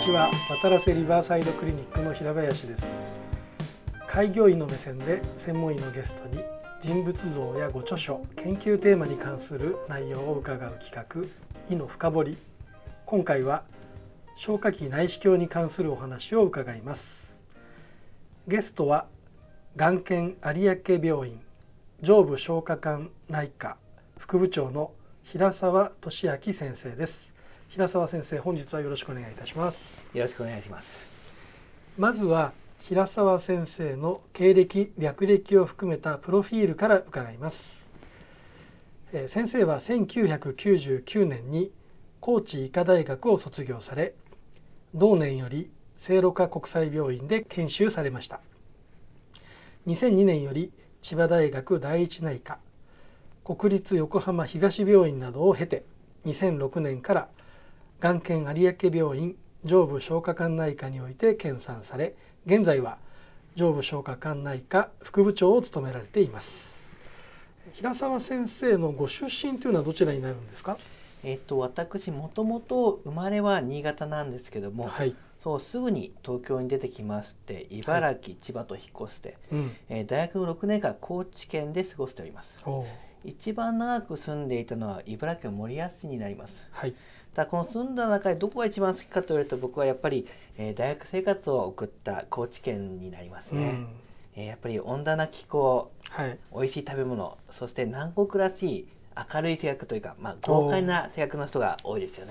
ちは。渡良瀬リバーサイドクリニックの平林です。開業医の目線で専門医のゲストに人物像やご著書、研究テーマに関する内容を伺う企画、医の深掘り。今回は消化器内視鏡に関するお話を伺います。ゲストは眼研有明病院上部消化管内科副部長の平沢俊明先生です。平沢先生、本日はよろしくお願いいたします。 よろしくお願いします。 まずは平沢先生の経歴、略歴を含めたプロフィールから伺います。先生は1999年に高知医科大学を卒業され、同年より聖路加国際病院で研修されました。2002年より千葉大学第一内科、国立横浜東病院などを経て、2006年から眼研有明病院上部消化管内科において研鑽され、現在は上部消化管内科副部長を務められています。平沢先生のご出身というのはどちらになるんですか？ 私もともと生まれは新潟なんですけども、 はい、 そうすぐに東京に出てきまして、茨城、千葉と引っ越して、大学の6年間高知県で過ごしております。一番長く住んでいたのは茨城の守谷市になります。 はい、 この住んだ中でどこが一番好きかと言われると、僕はやっぱり、大学生活を送った高知県になりますね。やっぱり温暖な気候、美味しい食べ物、そして南国らしい明るい性格というか、豪快な性格の人が多いですよね。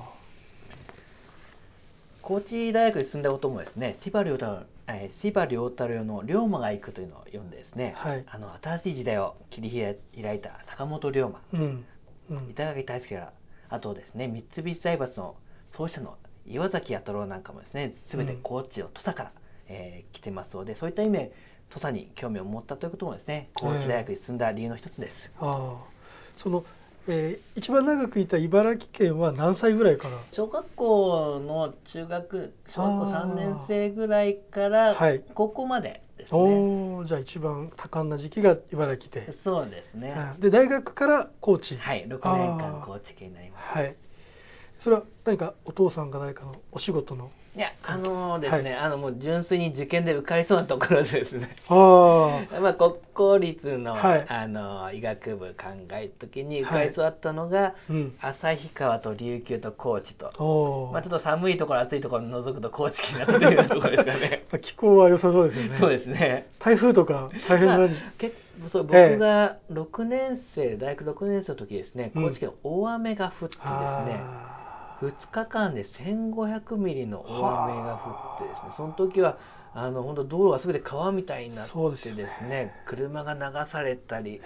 高知大学に住んだこともですね、司馬遼太郎の龍馬が行くというのを読んでですね、新しい時代を切り開いた坂本龍馬、板垣退助ら、あとですね、三菱財閥の創始者の岩崎弥太郎なんかもですね、すべて高知の土佐から、来てますので、そういった意味で土佐に興味を持ったということもですね、高知大学に進んだ理由の一つです。 その一番長くいた茨城県は何歳ぐらいから？ 小学校3年生ぐらいから高校までですね。 じゃあ一番多感な時期が茨城で。 そうですね。 で大学から高知。 はい、6年間高知県になります。 はい。それは何かお父さんか誰かのお仕事の？ いや、ですね、もう純粋に受験で受かりそうなところでですね、国公立の、医学部考えた時に受かりそうだったのが、旭川と琉球と高知と、ちょっと寒いところ暑いところを除くと高知県になっているようなところですかね。 気候は良さそうですよね。 そうですね。 台風とか大変な、 僕が大学6年生の時ですね、高知県大雨が降ってですね、2日間で1500ミリの大雨が降ってですね、その時は本当道路が全て川みたいになってですね、車が流されたり、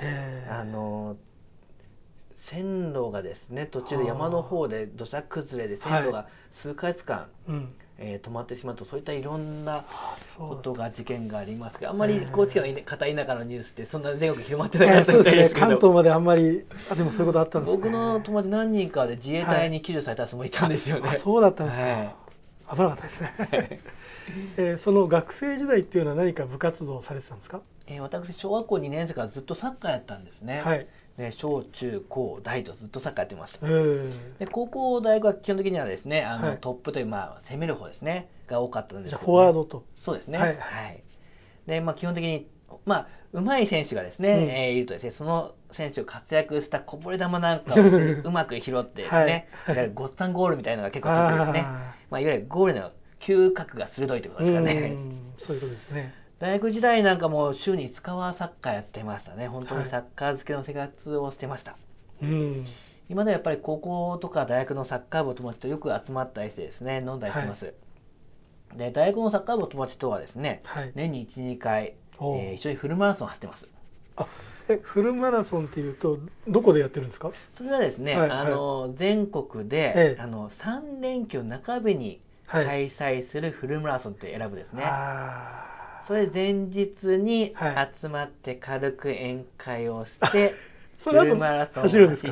線路がですね、途中で山の方で土砂崩れで線路が数ヶ月間、止まってしまうと、そういったいろんなことが事件がありますが、あんまり高知県の片田舎のニュースってそんな全国広まってなかったみたいですけど、 関東まであんまり。でもそういうことあったんですね。 僕の友達何人かで自衛隊に救助された人もいたんですよね。 そうだったんですか。危なかったですね。その学生時代っていうのは何か部活動をされてたんですか？ 私、小学校2年生からずっとサッカーやったんですね。小中高大とずっとサッカーやってました。で高校大学は基本的にはですね、トップという攻める方ですねが多かったんですけど、 じゃあフォワードと。 そうですね。で基本的に上手い選手がですね、いるとですね、その選手を活躍したこぼれ球なんかをうまく拾ってですね、いわゆるゴッツァンゴールみたいなのが結構得意ですね。いわゆるゴールの嗅覚が鋭いということですかね。 そういうことですね。 大学時代なんかも週に5日はサッカーやってましたね。本当にサッカー漬けの生活をしてました。今ではやっぱり高校とか大学のサッカー部の友達とよく集まったりしてですね、飲んだりしてます。で大学のサッカー部の友達とはですね、年に 1,2 回、一緒にフルマラソンを走ってます。 フルマラソンっていうとどこでやってるんですか？それはですね、全国で、3連休中日に開催するフルマラソンって選ぶですね。それ前日に集まって軽く宴会をして、フルマラソンを走って、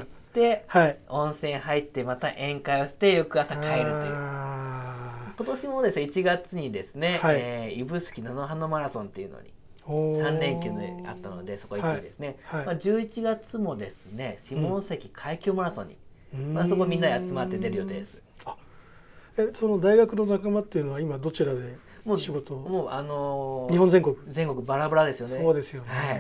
温泉入ってまた宴会をして翌朝帰るという。今年もですね、1月にですね、指宿菜の花マラソンっていうのに3連休であったので、そこ行ってですね、11月もですね、下関海峡マラソンに、そこみんなで集まって出る予定です。 その大学の仲間っていうのは今どちらで仕事を？ もう日本全国バラバラですよね。 そうですよね、 はい、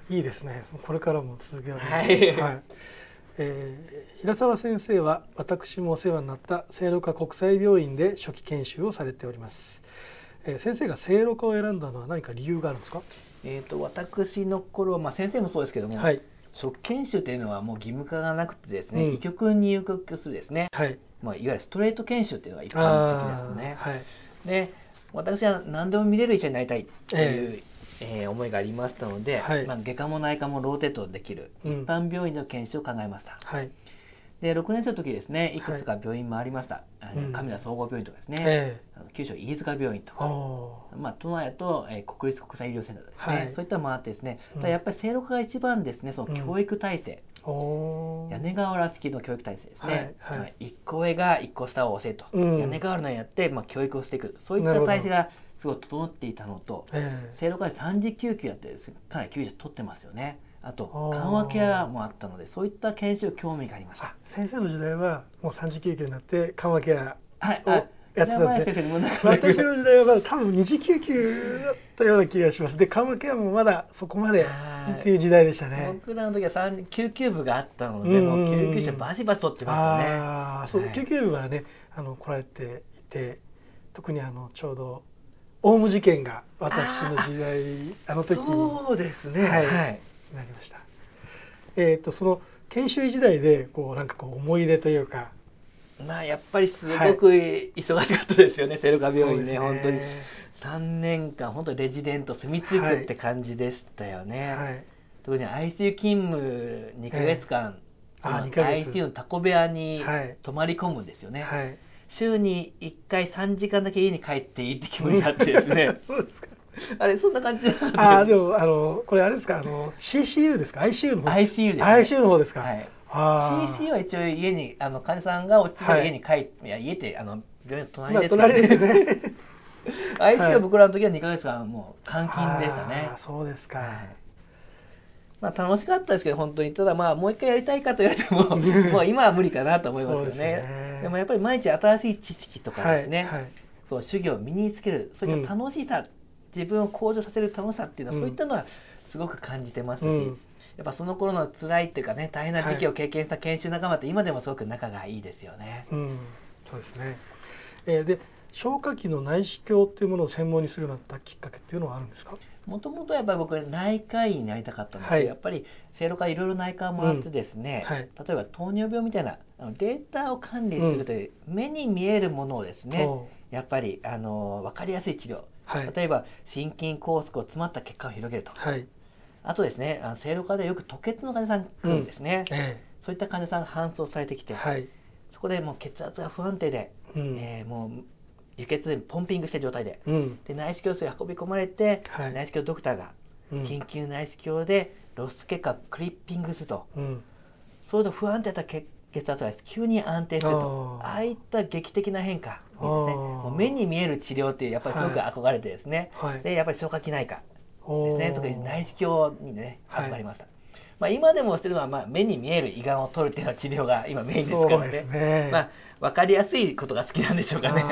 いいですね。これからも続けられる。 はい、 はい。平沢先生は私もお世話になった聖路加国際病院で初期研修をされております。先生が聖路加を選んだのは何か理由があるんですか？ 私の頃、先生もそうですけども、はい、初期研修というのはもう義務化がなくてですね、医局に入局するですね、はい、いわゆるストレート研修というのが一般的ですよね。はい、で、私は何でも見れる医者になりたいという、思いがありましたので、はい、外科も内科もローテットできる一般病院の研修を考えました。はい、で6年生の時ですね、いくつか病院もありました。神田総合病院とかですね、九州飯塚病院とか、都内と、国立国際医療センターですね、そういったのもあってですね、ただやっぱり聖路加が一番ですね、その教育体制、屋根瓦式の教育体制ですね、一個上が一個下を教えと、屋根瓦のやって、教育をしていく、そういった体制がすごい整っていたのと、聖路加で3次救急やってですね、かなり救助取ってますよね。あと緩和ケアもあったので、そういった研修興味がありました。 先生の時代はもう3次救急になって緩和ケアをやってたんですね。私の時代は多分2次救急だったような気がします。で緩和ケアもまだそこまでっていう時代でしたね。 僕らの時は救急部があったので、もう救急車バシバシ取ってましたね。 そう、救急部はね来られていて、特にちょうどオウム事件が私の時代時にそうですね、 はい、なりました。その研修医時代でなんか思い入れというか、 やっぱりすごく忙しかったですよね、聖路加病院ね。本当に3年間本当にレジデント住み着くって感じでしたよね。特に ICU 勤務2ヶ月間、ICU のタコ部屋に泊まり込むんですよね。週に1回3時間だけ家に帰っていいって決まりがあってですね。そうですか。あれそんな感じじゃなかったです。 でもこれあれですか、CCU ですか？ ICU の方？ ICU です、ね。 ICU の方ですか。 はい。CCU は一応家に患者さんが落ち着いたら家に帰って、家って病院の隣ですからね。隣ですね。ICU は僕らの時は2ヶ月間もう監禁でしたね。 そうですか。 楽しかったですけど本当に、ただもう一回やりたいかと言われてももう今は無理かなと思いますけどね。でもやっぱり毎日新しい知識とかですね、そう手技を身につける、そういった楽しさ、自分を向上させる楽しさっていうのは、そういったのはすごく感じてますし、やっぱその頃の辛いっていうかね、大変な時期を経験した研修仲間って今でもすごく仲がいいですよね。 そうですね。で消化器の内視鏡っていうものを専門にするようになったきっかけっていうのはあるんですか？ もともとやっぱり僕内科医になりたかったんですけど、やっぱり聖路加いろいろ内科もあってですね、例えば糖尿病みたいなデータを管理するという、目に見えるものをですね、やっぱり分かりやすい治療、例えば心筋梗塞を詰まった血管を広げると、あとですね、聖路加でよく吐血の患者さん来るんですね、そういった患者さんが搬送されてきて、そこでもう血圧が不安定で、もう輸血でポンピングした状態で、で内視鏡水運び込まれて、内視鏡ドクターが緊急内視鏡でロス血管をクリッピングすると、そういうと不安定だった血圧が急に安定すると、ああいった劇的な変化にですね、もう目に見える治療っていうやっぱりすごく憧れてですね、でやっぱり消化器内科ですね、特に内視鏡にね憧れました。今でもしてるのは、目に見える胃がんを取るっていうような治療が今メインですからね。分かりやすいことが好きなんでしょうかね。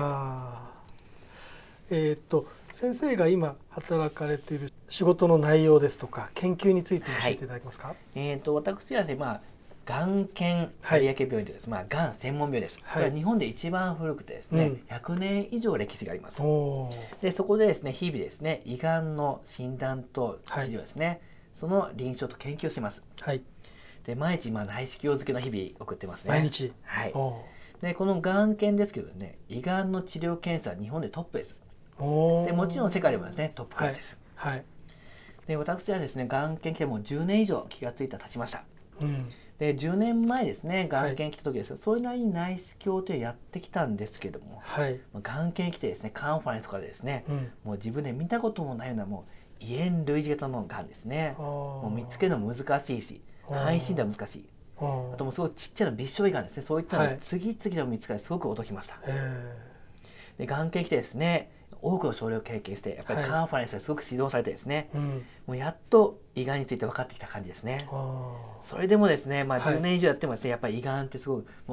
先生が今働かれている仕事の内容ですとか研究について教えていただけますか？ 私はですね、がん研有明病院というです、がん専門病です。これは日本で一番古くてですね、100年以上歴史があります。でそこでですね、日々ですね、胃がんの診断と治療ですね、その臨床と研究をしています。で毎日内視鏡漬けの日々送ってますね。 毎日。 でこのがん研ですけどね、胃がんの治療検査は日本でトップです。でもちろん世界でもですね、トップクラスです。で私はですね、がん研来てもう10年以上気がついた経ちました。で10年前ですね、がん研来た時ですが、それなりに内視鏡ってやってきたんですけども、がん研来てですね、カンファレンスとかでですね、もう自分で見たこともないようなもう胃炎類似型のがんですね。もう見つけるの難しいし、範囲診断難しい。あともうすごいちっちゃな微小胃がんですね、そういったのが次々と見つかり、すごく驚きました。でがん研来てですね、多くの症例を経験して、やっぱりカンファレンスですごく指導されてですね、もうやっと胃がんについて分かってきた感じですね。それでもですね、10年以上やってもですね、やっぱり胃がんってすごくも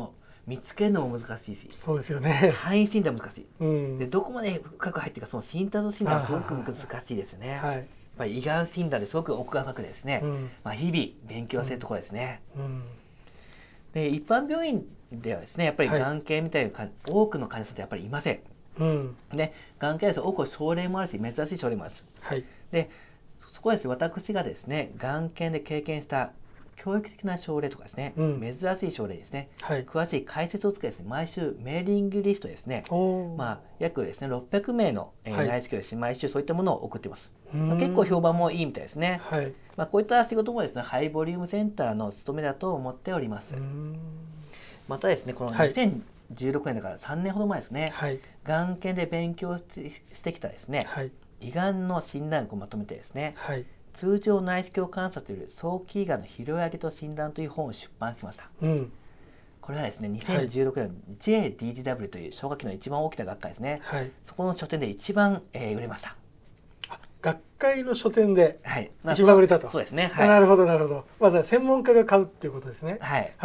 見つけるのも難しいし、 そうですよね。 範囲診断難しい、 うん、 でどこまで深く入っていくか、その身体像診断はすごく難しいですよね。はい、やっぱり胃がん診断ですごく奥が深くですね、日々勉強しているところですね。で一般病院ではですね、やっぱりがん系みたいな多くの患者さんってやっぱりいません。でがん系です多く症例もあるし、珍しい症例もあるし、でそこはですね、私がですね、がん系で経験した教育的な症例とかですね、珍しい症例ですね、詳しい解説をつけてですね、毎週メーリングリストですね、約ですね600名の内視鏡ですね、毎週そういったものを送っています。結構評判もいいみたいですね。こういった仕事もですね、ハイボリュームセンターの務めだと思っております。またですね、この2016年だから3年ほど前ですね、がん系で勉強してきたですね、胃がんの診断をまとめてですね、通常内視鏡観察より早期胃がんの拾い上げと診断という本を出版しました。これはですね、2016年の JDDW という消化器の一番大きな学会ですね、そこの書店で一番、売れました。 学会の書店で一番売れたと。 そうですね。 なるほどなるほど。まだ専門家が買うっていうことですね。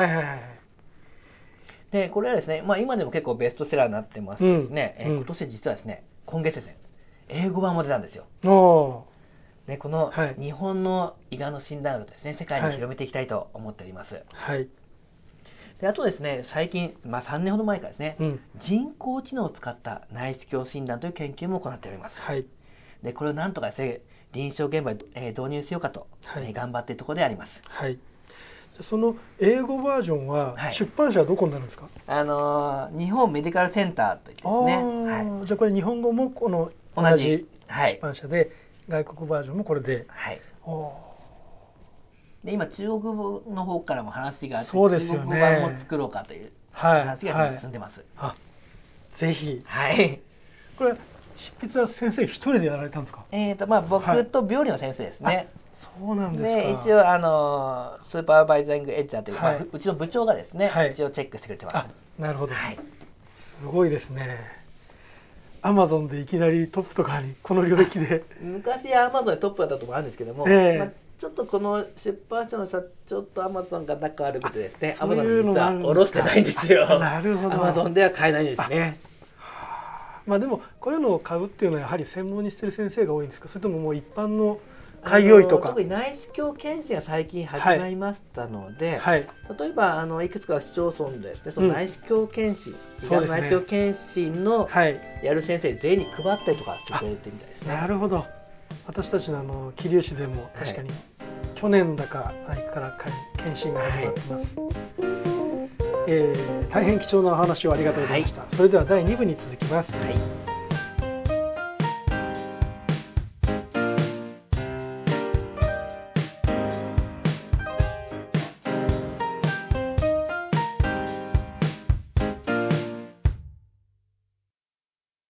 でこれはですね、今でも結構ベストセラーになってましてですね、今年実はですね、今月ですね、英語版も出たんですよ。でこの日本の胃がんの診断をですね、世界に広めていきたいと思っております。であとですね、最近、3年ほど前からですね、人工知能を使った内視鏡診断という研究も行っております。でこれをなんとかですね、臨床現場に導入しようかと、頑張っているところであります。 その英語バージョンは出版社はどこになるんですか？ 日本メディカルセンターといってですね。 じゃあこれ日本語もこの同じ出版社で、外国バージョンもこれで。 で今中国語の方からも話があって、中国語版も作ろうかという話が進んでます。 ぜひ。これ執筆は先生一人でやられたんですか？ 僕と病理の先生ですね。 そうなんですか。 で一応スーパーバイザリングエディターという、うちの部長がですね、一応チェックしてくれてます。 なるほど。すごいですね。アマゾンでいきなりトップとかにこの領域で。 昔アマゾンでトップだったところあるんですけども、ちょっとこの出版社の社長とアマゾンが仲悪くてですね、アマゾンに実は下ろしてないんですよ。 なるほど。 アマゾンでは買えないんですね。 でもこういうのを買うっていうのはやはり専門にしてる先生が多いんですか？それとももう一般の開業医とか。 特に内視鏡検診が最近始まりましたので、例えばいくつか市町村でですね、その内視鏡検診、内視鏡検診のやる先生全員に配ったりとかしてくれてみたいですね。 なるほど。私たちの桐生市でも確かに去年だかから検診が始まってます。大変貴重なお話をありがとうございました。それでは第2部に続きます。